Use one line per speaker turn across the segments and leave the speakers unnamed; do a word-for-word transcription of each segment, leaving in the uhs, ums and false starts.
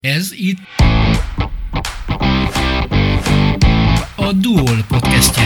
Ez itt a Duol podcastje.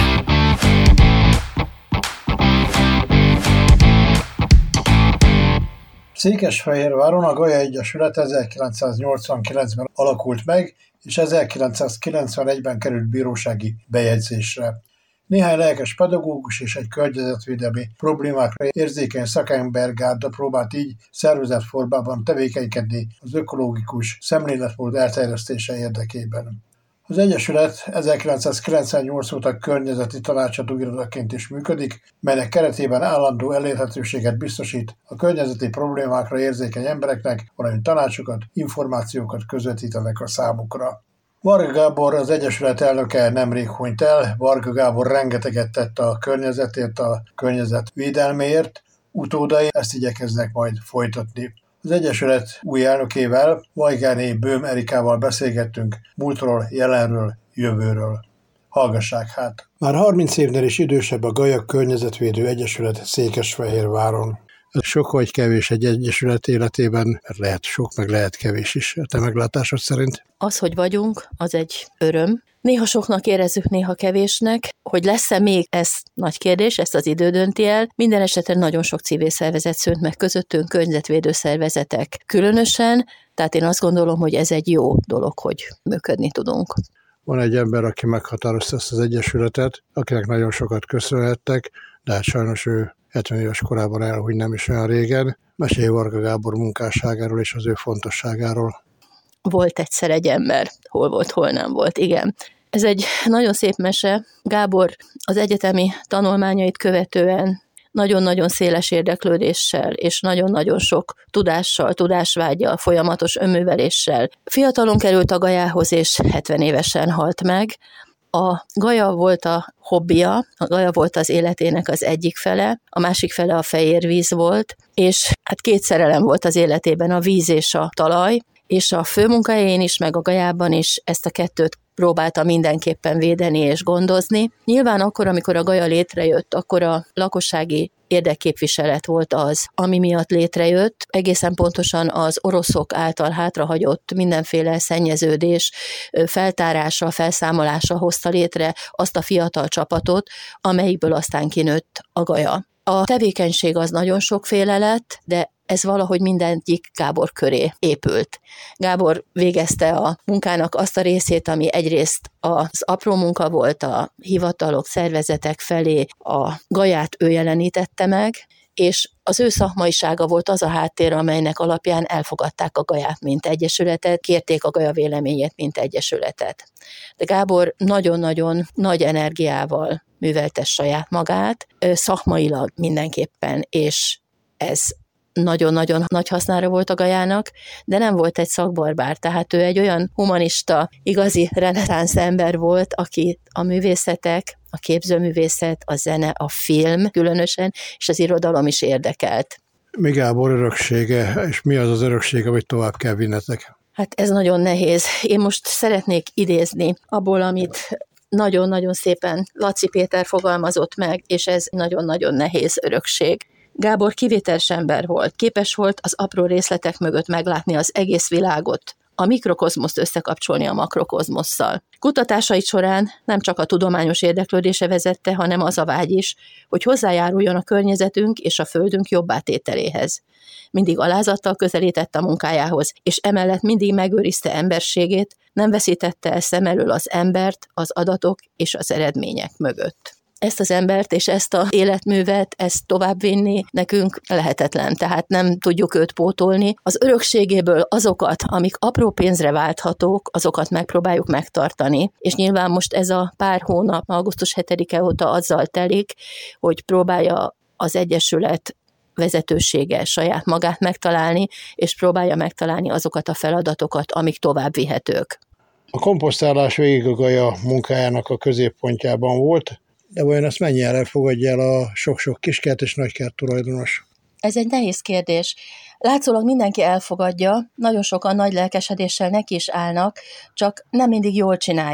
Székesfehérváron a Gaja Egyesület ezerkilencszáznyolcvankilencben alakult meg, és ezerkilencszázkilencvenegyben került bírósági bejegyzésre. Néhány lelkes pedagógus és egy környezetvédelmi problémákra érzékeny szakembergárda próbált így szervezett formában tevékenykedni az ökológikus szemléletmód elterjesztése érdekében. Az Egyesület ezerkilencszázkilencvennyolc óta környezeti tanácsadó irodaként is működik, melynek keretében állandó elérhetőséget biztosít a környezeti problémákra érzékeny embereknek, valamint tanácsokat, információkat közvetítenek a számukra. Varga Gábor, az Egyesület elnöke nemrég hunyt el. Varga Gábor rengeteget tett a környezetért, a környezet védelméért, utódai ezt igyekeznek majd folytatni. Az Egyesület új elnökével, Vajgáné Böhm Erikával beszélgettünk múltról, jelenről, jövőről. Hallgassák hát! Már harminc évnél is idősebb a Gaja Környezetvédő Egyesület Székesfehérváron. Ez sok vagy kevés egy egyesület életében, mert lehet sok, meg lehet kevés is. A te meglátásod szerint?
Az, hogy vagyunk, az egy öröm. Néha soknak érezzük, néha kevésnek. Hogy lesz-e még, ez nagy kérdés, ezt az idő dönti el. Minden esetben nagyon sok civil szervezet szűnt meg közöttünk, környezetvédő szervezetek különösen, tehát én azt gondolom, hogy ez egy jó dolog, hogy működni tudunk.
Van egy ember, aki meghatározta ezt az egyesületet, akinek nagyon sokat köszönhettek, de hát sajnos ő hetven éves korában elhunyt nem is olyan régen. Mesélj Varga Gábor munkásságáról és az ő fontosságáról.
Volt egyszer egy ember, hol volt, hol nem volt, igen. Ez egy nagyon szép mese. Gábor az egyetemi tanulmányait követően nagyon-nagyon széles érdeklődéssel és nagyon-nagyon sok tudással, tudásvággyal, folyamatos önműveléssel fiatalon került a Gajához, és hetven évesen halt meg. A Gaja volt a hobbija, a Gaja volt az életének az egyik fele, a másik fele a fehér víz volt, és hát két szerelem volt az életében, a víz és a talaj, és a főmunkahelyén is, meg a Gajában is ezt a kettőt próbálta mindenképpen védeni és gondozni. Nyilván akkor, amikor a Gaja létrejött, akkor a lakossági érdekképviselet volt az, ami miatt létrejött. Egészen pontosan az oroszok által hátrahagyott mindenféle szennyeződés feltárása, felszámolása hozta létre azt a fiatal csapatot, amelyikből aztán kinőtt a Gaja. A tevékenység az nagyon sokféle lett, de ez valahogy mindegyik Gábor köré épült. Gábor végezte a munkának azt a részét, ami egyrészt az apró munka volt a hivatalok, szervezetek felé, a Gaját ő jelenítette meg, és az ő szakmaisága volt az a háttér, amelynek alapján elfogadták a Gaját, mint egyesületet, kérték a Gaja véleményét, mint egyesületet. De Gábor nagyon-nagyon nagy energiával művelte saját magát, szakmailag mindenképpen, és ez nagyon-nagyon nagy hasznára volt a Gajának, de nem volt egy szakbarbár, tehát ő egy olyan humanista, igazi reneszánsz ember volt, aki a művészetek, a képzőművészet, a zene, a film különösen, és az irodalom is érdekelt.
Mi Gábor öröksége, és mi az az öröksége, hogy tovább kell vinnetek?
Hát ez nagyon nehéz. Én most szeretnék idézni abból, amit nagyon-nagyon szépen Laci Péter fogalmazott meg, és ez nagyon-nagyon nehéz örökség. Gábor kivételes ember volt, képes volt az apró részletek mögött meglátni az egész világot, a mikrokozmoszt összekapcsolni a makrokozmosszal. Kutatásait során nem csak a tudományos érdeklődése vezette, hanem az a vágy is, hogy hozzájáruljon a környezetünk és a földünk jobbátételéhez. Mindig alázattal közelített a munkájához, és emellett mindig megőrizte emberségét, nem veszítette el szem elől az embert, az adatok és az eredmények mögött. Ezt az embert és ezt az életművet, ezt továbbvinni nekünk lehetetlen, tehát nem tudjuk őt pótolni. Az örökségéből azokat, amik apró pénzre válthatók, azokat megpróbáljuk megtartani, és nyilván most ez a pár hónap, augusztus hetedike óta azzal telik, hogy próbálja az Egyesület vezetősége saját magát megtalálni, és próbálja megtalálni azokat a feladatokat, amik tovább vihetők.
A komposztálás végig a Gaja munkájának a középpontjában volt, de vajon ezt mennyire fogadja el a sok-sok kiskert és nagykert tulajdonos?
Ez egy nehéz kérdés. Látszólag mindenki elfogadja, nagyon sokan nagy lelkesedéssel neki is állnak, csak nem mindig jól csinálják.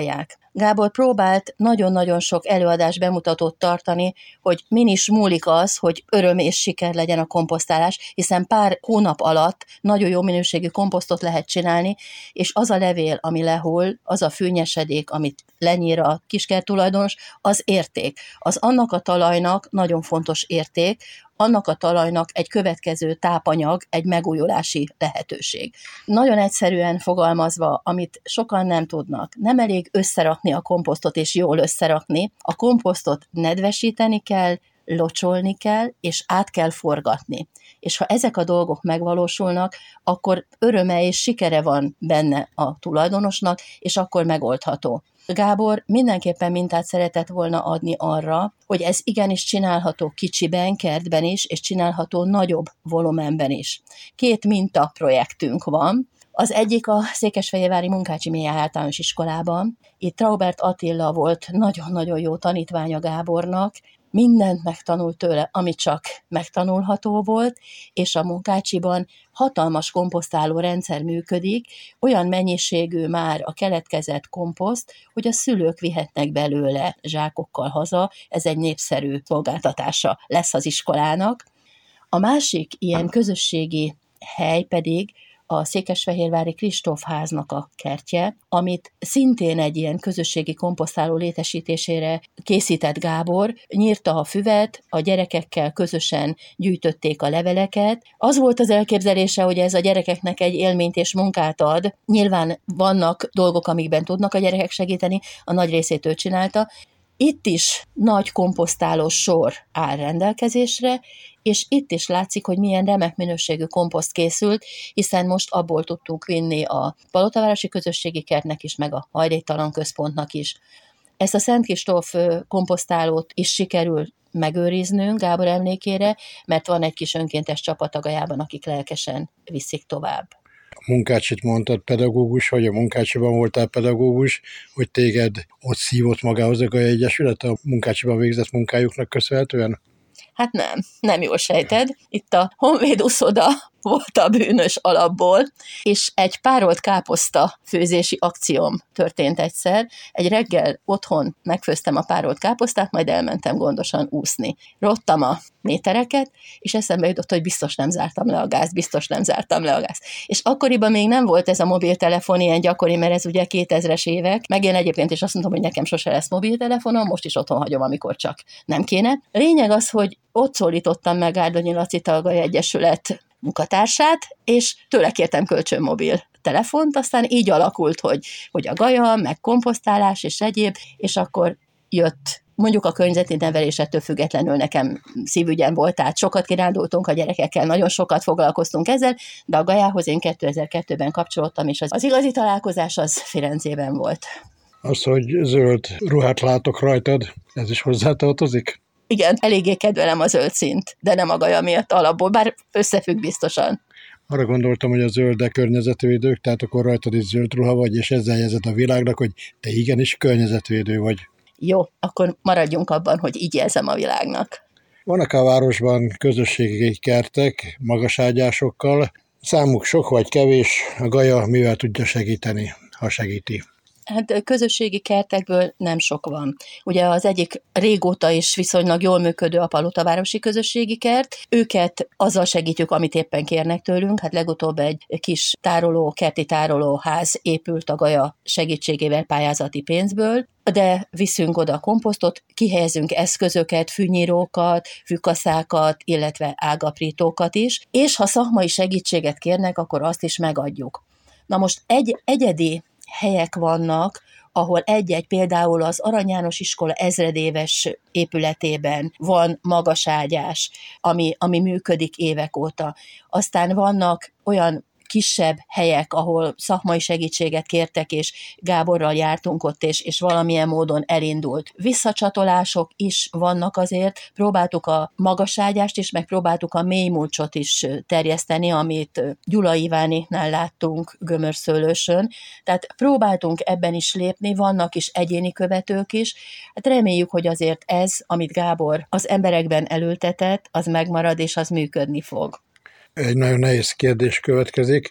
Gábor próbált nagyon-nagyon sok előadás bemutatót tartani, hogy min is múlik az, hogy öröm és siker legyen a komposztálás, hiszen pár hónap alatt nagyon jó minőségű komposztot lehet csinálni, és az a levél, ami lehull, az a fűnyesedék, amit lenyír a kiskert tulajdonos, az érték. Az annak a talajnak nagyon fontos érték, annak a talajnak egy következő tápanyag, egy megújulási lehetőség. Nagyon egyszerűen fogalmazva, amit sokan nem tudnak, nem elég összerakni a komposztot és jól összerakni, a komposztot nedvesíteni kell, locsolni kell, és át kell forgatni. És ha ezek a dolgok megvalósulnak, akkor öröme és sikere van benne a tulajdonosnak, és akkor megoldható. Gábor mindenképpen mintát szeretett volna adni arra, hogy ez igenis csinálható kicsiben, kertben is, és csinálható nagyobb volumenben is. Két minta projektünk van. Az egyik a székesfehérvári Munkácsi Mélyá Általános Iskolában. Itt Traubert Attila volt nagyon-nagyon jó tanítványa Gábornak, mindent megtanult tőle, ami csak megtanulható volt, és a Munkácsiban hatalmas komposztáló rendszer működik, olyan mennyiségű már a keletkezett komposzt, hogy a szülők vihetnek belőle zsákokkal haza, ez egy népszerű szolgáltatása lesz az iskolának. A másik ilyen közösségi hely pedig a székesfehérvári Kristóf háznak a kertje, amit szintén egy ilyen közösségi komposztáló létesítésére készített Gábor, nyírta a füvet, a gyerekekkel közösen gyűjtötték a leveleket. Az volt az elképzelése, hogy ez a gyerekeknek egy élményt és munkát ad. Nyilván vannak dolgok, amikben tudnak a gyerekek segíteni, a nagy részét ő csinálta. Itt is nagy komposztálós sor áll rendelkezésre, és itt is látszik, hogy milyen remek minőségű komposzt készült, hiszen most abból tudtunk vinni a Palotavárosi Közösségi Kertnek is, meg a Hajléktalan Központnak is. Ezt a Szent Kristóf komposztálót is sikerül megőriznünk Gábor emlékére, mert van egy kis önkéntes csapat a Gajában, akik lelkesen viszik tovább.
A Munkácsit mondtad pedagógus, vagy a Munkácsiban voltál pedagógus, hogy téged ott szívott magához a Gaja Egyesület a Munkácsiban végzett munkájuknak köszönhetően?
Hát nem, nem jól sejted. Itt a Honvéd uszoda volt a bűnös alapból, és egy párolt káposzta főzési akcióm történt egyszer. Egy reggel otthon megfőztem a párolt káposztát, majd elmentem gondosan úszni. Rottam a métereket, és eszembe jutott, hogy biztos nem zártam le a gázt, biztos nem zártam le a gázt. És akkoriban még nem volt ez a mobiltelefon ilyen gyakori, mert ez ugye kétezres évek, meg én egyébként is azt mondtam, hogy nekem sose lesz mobiltelefonom, most is otthon hagyom, amikor csak nem kéne. Lényeg az, hogy ott szólítottam meg Gárdonyi Lacit, a Gaja Egyesület munkatársát, és tőle kértem kölcsön mobil telefont, aztán így alakult, hogy, hogy a Gaja, meg komposztálás és egyéb, és akkor jött mondjuk a környezeti nevelés ettől függetlenül nekem szívügyem volt, tehát sokat kirándultunk a gyerekekkel, nagyon sokat foglalkoztunk ezzel, de a Gajához én kétezer-kettőben kapcsolódtam, és az, az igazi találkozás az Firenzében volt.
Az, hogy zöld ruhát látok rajtad, ez is hozzátartozik?
Igen, eléggé kedvelem a zöld színt, de nem a Gaja miatt alapból, bár összefügg biztosan.
Arra gondoltam, hogy a zöldek környezetvédők, tehát akkor rajtad is zöld ruha vagy, és ezzel jelzed a világnak, hogy te igenis környezetvédő vagy.
Jó, akkor maradjunk abban, hogy így jelzem a világnak.
Vannak a városban közösségi kertek, magaságyásokkal. Számuk sok vagy kevés, a Gaja mivel tudja segíteni, ha segíti?
Hát közösségi kertekből nem sok van. Ugye az egyik régóta is viszonylag jól működő a Palotavárosi Közösségi Kert. Őket azzal segítjük, amit éppen kérnek tőlünk. Hát legutóbb egy kis tároló, kerti tárolóház épült a Gaja segítségével pályázati pénzből, de viszünk oda a komposztot, kihelyezünk eszközöket, fűnyírókat, fűkaszákat, illetve ágaprítókat is, és ha szakmai segítséget kérnek, akkor azt is megadjuk. Na most egy egyedi helyek vannak, ahol egy-egy például az Arany János iskola ezredéves épületében van magaságyás, ami, ami működik évek óta. Aztán vannak olyan kisebb helyek, ahol szakmai segítséget kértek, és Gáborral jártunk ott, és, és valamilyen módon elindult. Visszacsatolások is vannak azért, próbáltuk a magaságyást is, meg próbáltuk a mélymulcsot is terjeszteni, amit Gyula Ivánéknál láttunk Gömörszőlősön, tehát próbáltunk ebben is lépni, vannak is egyéni követők is, hát reméljük, hogy azért ez, amit Gábor az emberekben elültetett, az megmarad, és az működni fog.
Egy nagyon nehéz kérdés következik.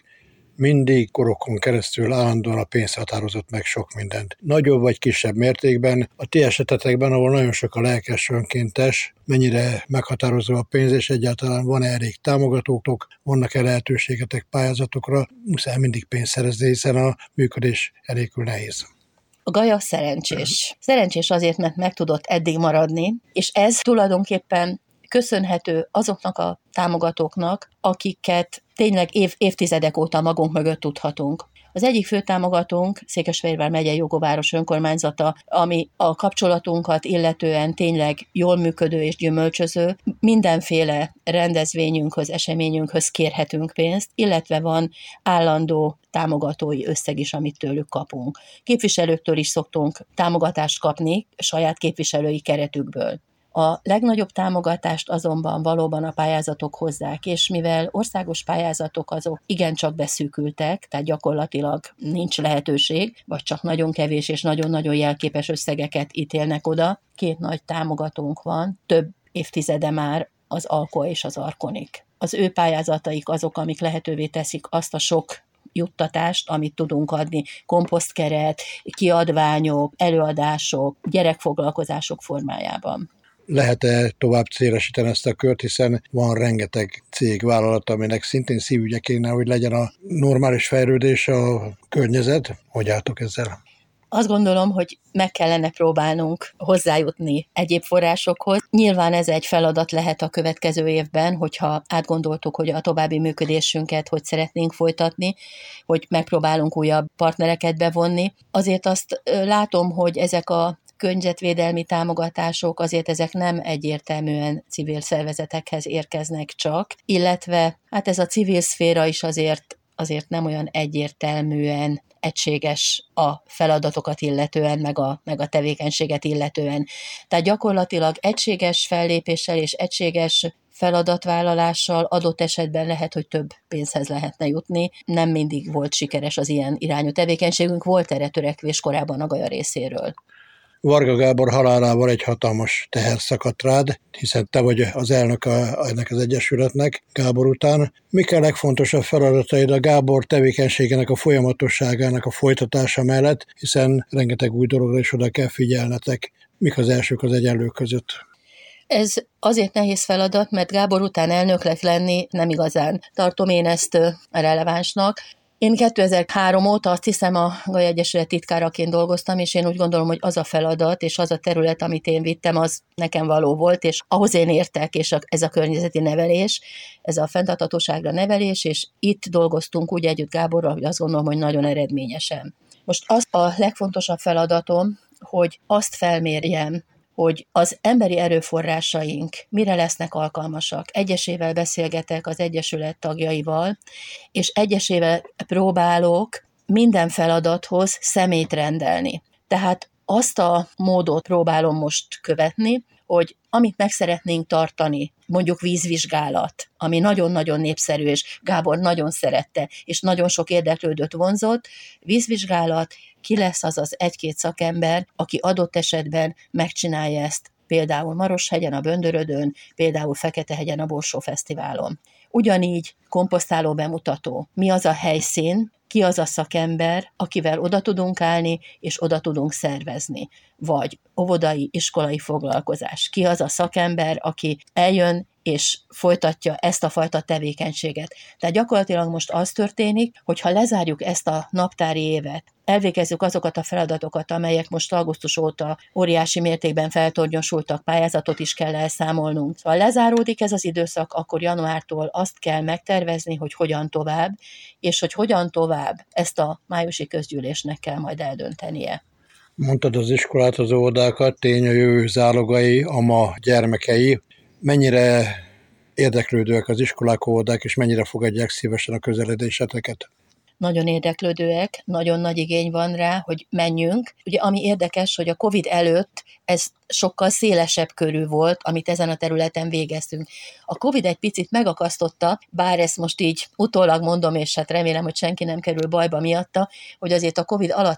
mindig korokon keresztül állandóan a pénz határozott meg sok mindent. Nagyobb vagy kisebb mértékben, a ti esetetekben, ahol nagyon sok a lelkes önkéntes, mennyire meghatározó a pénz, és egyáltalán van elég támogatótok, vannak-e lehetőségetek pályázatokra, muszáj mindig pénzt szerezni, hiszen a működés elégül nehéz.
A Gaja szerencsés. Szerencsés azért, mert meg tudott eddig maradni, és ez tulajdonképpen köszönhető azoknak a támogatóknak, akiket tényleg év, évtizedek óta magunk mögött tudhatunk. Az egyik fő támogatónk Székesfehérvár megyei Jógóváros önkormányzata, ami a kapcsolatunkat illetően tényleg jól működő és gyümölcsöző. Mindenféle rendezvényünkhöz, eseményünkhöz kérhetünk pénzt, illetve van állandó támogatói összeg is, amit tőlük kapunk. Képviselőktől is szoktunk támogatást kapni saját képviselői keretükből. A legnagyobb támogatást azonban valóban a pályázatok hozzák, és mivel országos pályázatok azok igencsak beszűkültek, tehát gyakorlatilag nincs lehetőség, vagy csak nagyon kevés és nagyon-nagyon jelképes összegeket ítélnek oda, két nagy támogatónk van, több évtizede már, az Alko és az Arkonik. Az ő pályázataik azok, amik lehetővé teszik azt a sok juttatást, amit tudunk adni, komposztkeret, kiadványok, előadások, gyerekfoglalkozások formájában.
Lehet-e tovább szélesíteni ezt a kört, hiszen van rengeteg cég, vállalat, aminek szintén szívügye kéne, hogy legyen a normális fejlődés a környezet. Hogy álltok ezzel?
Azt gondolom, hogy meg kellene próbálnunk hozzájutni egyéb forrásokhoz. Nyilván ez egy feladat lehet a következő évben, hogyha átgondoltuk, hogy a további működésünket hogy szeretnénk folytatni, hogy megpróbálunk újabb partnereket bevonni. Azért azt látom, hogy ezek a környezetvédelmi támogatások, azért ezek nem egyértelműen civil szervezetekhez érkeznek csak, illetve hát ez a civil szféra is azért, azért nem olyan egyértelműen egységes a feladatokat illetően, meg a, meg a tevékenységet illetően. Tehát gyakorlatilag egységes fellépéssel és egységes feladatvállalással adott esetben lehet, hogy több pénzhez lehetne jutni. Nem mindig volt sikeres az ilyen irányú tevékenységünk, volt erre törekvés korábban a Gaja részéről.
Varga Gábor halálával egy hatalmas teher szakadt rád, hiszen te vagy az elnök a, ennek az egyesületnek Gábor után. Mik a legfontosabb feladataid a Gábor tevékenységének a folyamatosságának a folytatása mellett, hiszen rengeteg új dologra is oda kell figyelnetek. Mik az elsők az egyenlők között?
Ez azért nehéz feladat, mert Gábor után elnök lett lenni nem igazán tartom én ezt relevánsnak. Én kétezer-három óta azt hiszem a Gaja Egyesület titkáraként dolgoztam, és én úgy gondolom, hogy az a feladat és az a terület, amit én vittem, az nekem való volt, és ahhoz én értek, és ez a környezeti nevelés, ez a fenntarthatóságra nevelés, és itt dolgoztunk úgy együtt Gáborral, hogy azt gondolom, hogy nagyon eredményesen. Most az a legfontosabb feladatom, hogy azt felmérjem, hogy az emberi erőforrásaink mire lesznek alkalmasak. Egyesével beszélgetek az Egyesület tagjaival, és egyesével próbálok minden feladathoz személyt rendelni. Tehát azt a módot próbálom most követni, hogy amit meg szeretnénk tartani, mondjuk vízvizsgálat, ami nagyon-nagyon népszerű, és Gábor nagyon szerette, és nagyon sok érdeklődőt vonzott, vízvizsgálat, ki lesz az az egy-két szakember, aki adott esetben megcsinálja ezt, például Maroshegyen, a Böndörödön, például Feketehegyen, a Borsó Fesztiválon. Ugyanígy komposztáló bemutató. Mi az a helyszín, ki az a szakember, akivel oda tudunk állni, és oda tudunk szervezni. Vagy óvodai, iskolai foglalkozás. Ki az a szakember, aki eljön, és folytatja ezt a fajta tevékenységet. Tehát gyakorlatilag most az történik, hogy ha lezárjuk ezt a naptári évet, elvégezzük azokat a feladatokat, amelyek most augusztus óta óriási mértékben feltornyosultak, pályázatot is kell elszámolnunk. Ha lezáródik ez az időszak, akkor januártól azt kell megtervezni, hogy hogyan tovább, és hogy hogyan tovább, ezt a májusi közgyűlésnek kell majd eldöntenie.
Mondtad az iskolát, az óvodákat, tény a jövő zálogai, a ma gyermekei. Mennyire érdeklődőek az iskolák, óvodák, és mennyire fogadják szívesen a közeledéseteket?
Nagyon érdeklődőek, nagyon nagy igény van rá, hogy menjünk. Ugye ami érdekes, hogy a Covid előtt ez sokkal szélesebb körű volt, amit ezen a területen végeztünk. A Covid egy picit megakasztotta, bár ezt most így utólag mondom, és hát remélem, hogy senki nem kerül bajba miatta, hogy azért a Covid alatt is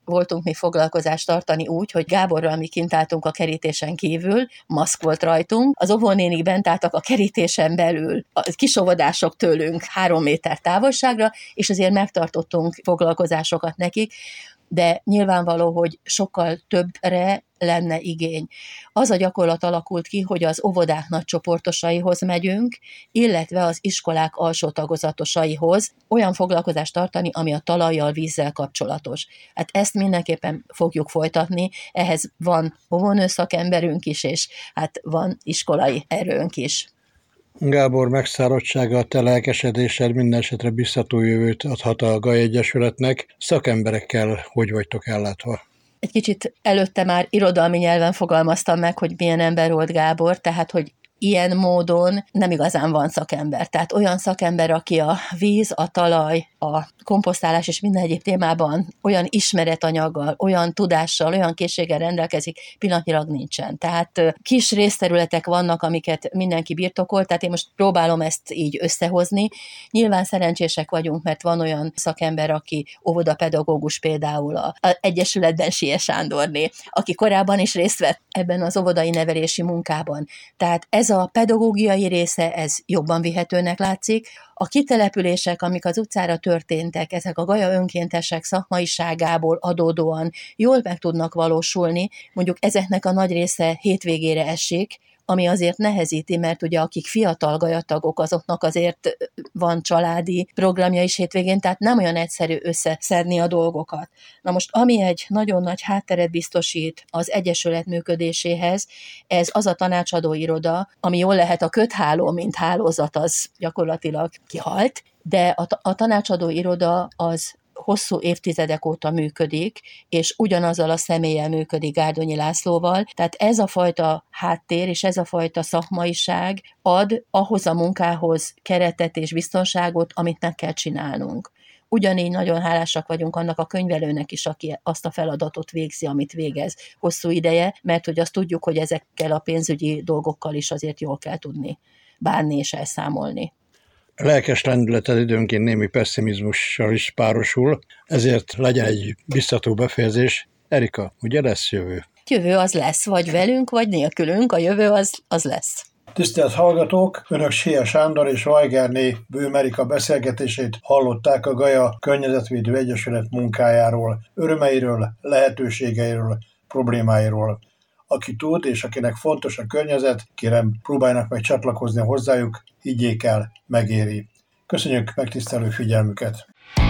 voltunk mi foglalkozást tartani úgy, hogy Gáborral mi kint álltunk a kerítésen kívül, maszk volt rajtunk, az óvónénik bent álltak a kerítésen belül, a kisovodások tőlünk három méter távolságra, és azért megtartottunk foglalkozásokat nekik, de nyilvánvaló, hogy sokkal többre lenne igény. Az a gyakorlat alakult ki, hogy az óvodák nagycsoportosaihoz megyünk, illetve az iskolák alsó tagozatosaihoz olyan foglalkozást tartani, ami a talajjal, vízzel kapcsolatos. Hát ezt mindenképpen fogjuk folytatni, ehhez van óvónő szakemberünk is, és hát van iskolai erőnk is.
Gábor, megszáradtsága, te lelkesedésed minden esetre biztató jövőt adhat a Gaja Egyesületnek. Szakemberekkel hogy vagytok ellátva?
Egy kicsit előtte már irodalmi nyelven fogalmaztam meg, hogy milyen ember volt Gábor, tehát hogy ilyen módon nem igazán van szakember. Tehát olyan szakember, aki a víz, a talaj, a komposztálás és minden egyéb témában olyan ismeretanyaggal, olyan tudással, olyan készséggel rendelkezik, pillanatnyilag nincsen. Tehát kis részterületek vannak, amiket mindenki birtokol, tehát én most próbálom ezt így összehozni. Nyilván szerencsések vagyunk, mert van olyan szakember, aki óvodapedagógus például a Egyesületben Sie Sándorné, aki korábban is részt vett ebben az óvodai nevelési munkában. Tehát ez a pedagógiai része, ez jobban vihetőnek látszik. A kitelepülések, amik az utcára történtek, ezek a Gaja önkéntesek szakmaiságából adódóan jól meg tudnak valósulni, mondjuk ezeknek a nagy része hétvégére esik, ami azért nehezíti, mert ugye akik fiatal gajatagok, azoknak azért van családi programja is hétvégén, tehát nem olyan egyszerű összeszedni a dolgokat. Na most, ami egy nagyon nagy hátteret biztosít az Egyesület működéséhez, ez az a tanácsadó iroda, ami jól lehet a kötháló, mint hálózat, az gyakorlatilag kihalt, de a, a tanácsadó iroda az hosszú évtizedek óta működik, és ugyanazzal a személlyel működik, Gárdonyi Lászlóval. Tehát ez a fajta háttér és ez a fajta szakmaiság ad ahhoz a munkához keretet és biztonságot, amit meg kell csinálnunk. Ugyanígy nagyon hálásak vagyunk annak a könyvelőnek is, aki azt a feladatot végzi, amit végez hosszú ideje, mert hogy azt tudjuk, hogy ezekkel a pénzügyi dolgokkal is azért jól kell tudni bánni és elszámolni.
Lelkes lendületed időnként némi pessimizmussal is párosul, ezért legyen egy biztató befejezés. Erika, ugye lesz jövő?
Jövő az lesz, vagy velünk, vagy nélkülünk, a jövő az, az lesz.
Tisztelt hallgatók, önök Sie Sándor és Vajgárné Böhm Erika beszélgetését hallották a Gaja Környezetvédő Egyesület munkájáról, örömeiről, lehetőségeiről, problémáiról. Aki tud, és akinek fontos a környezet, kérem, próbáljanak meg csatlakozni hozzájuk, higgyék el, megéri. Köszönjük megtisztelő figyelmüket!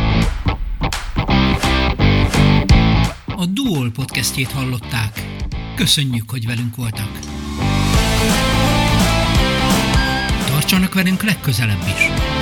A Duol podcastjét hallották. Köszönjük, hogy velünk voltak. Tartsanak velünk legközelebb is!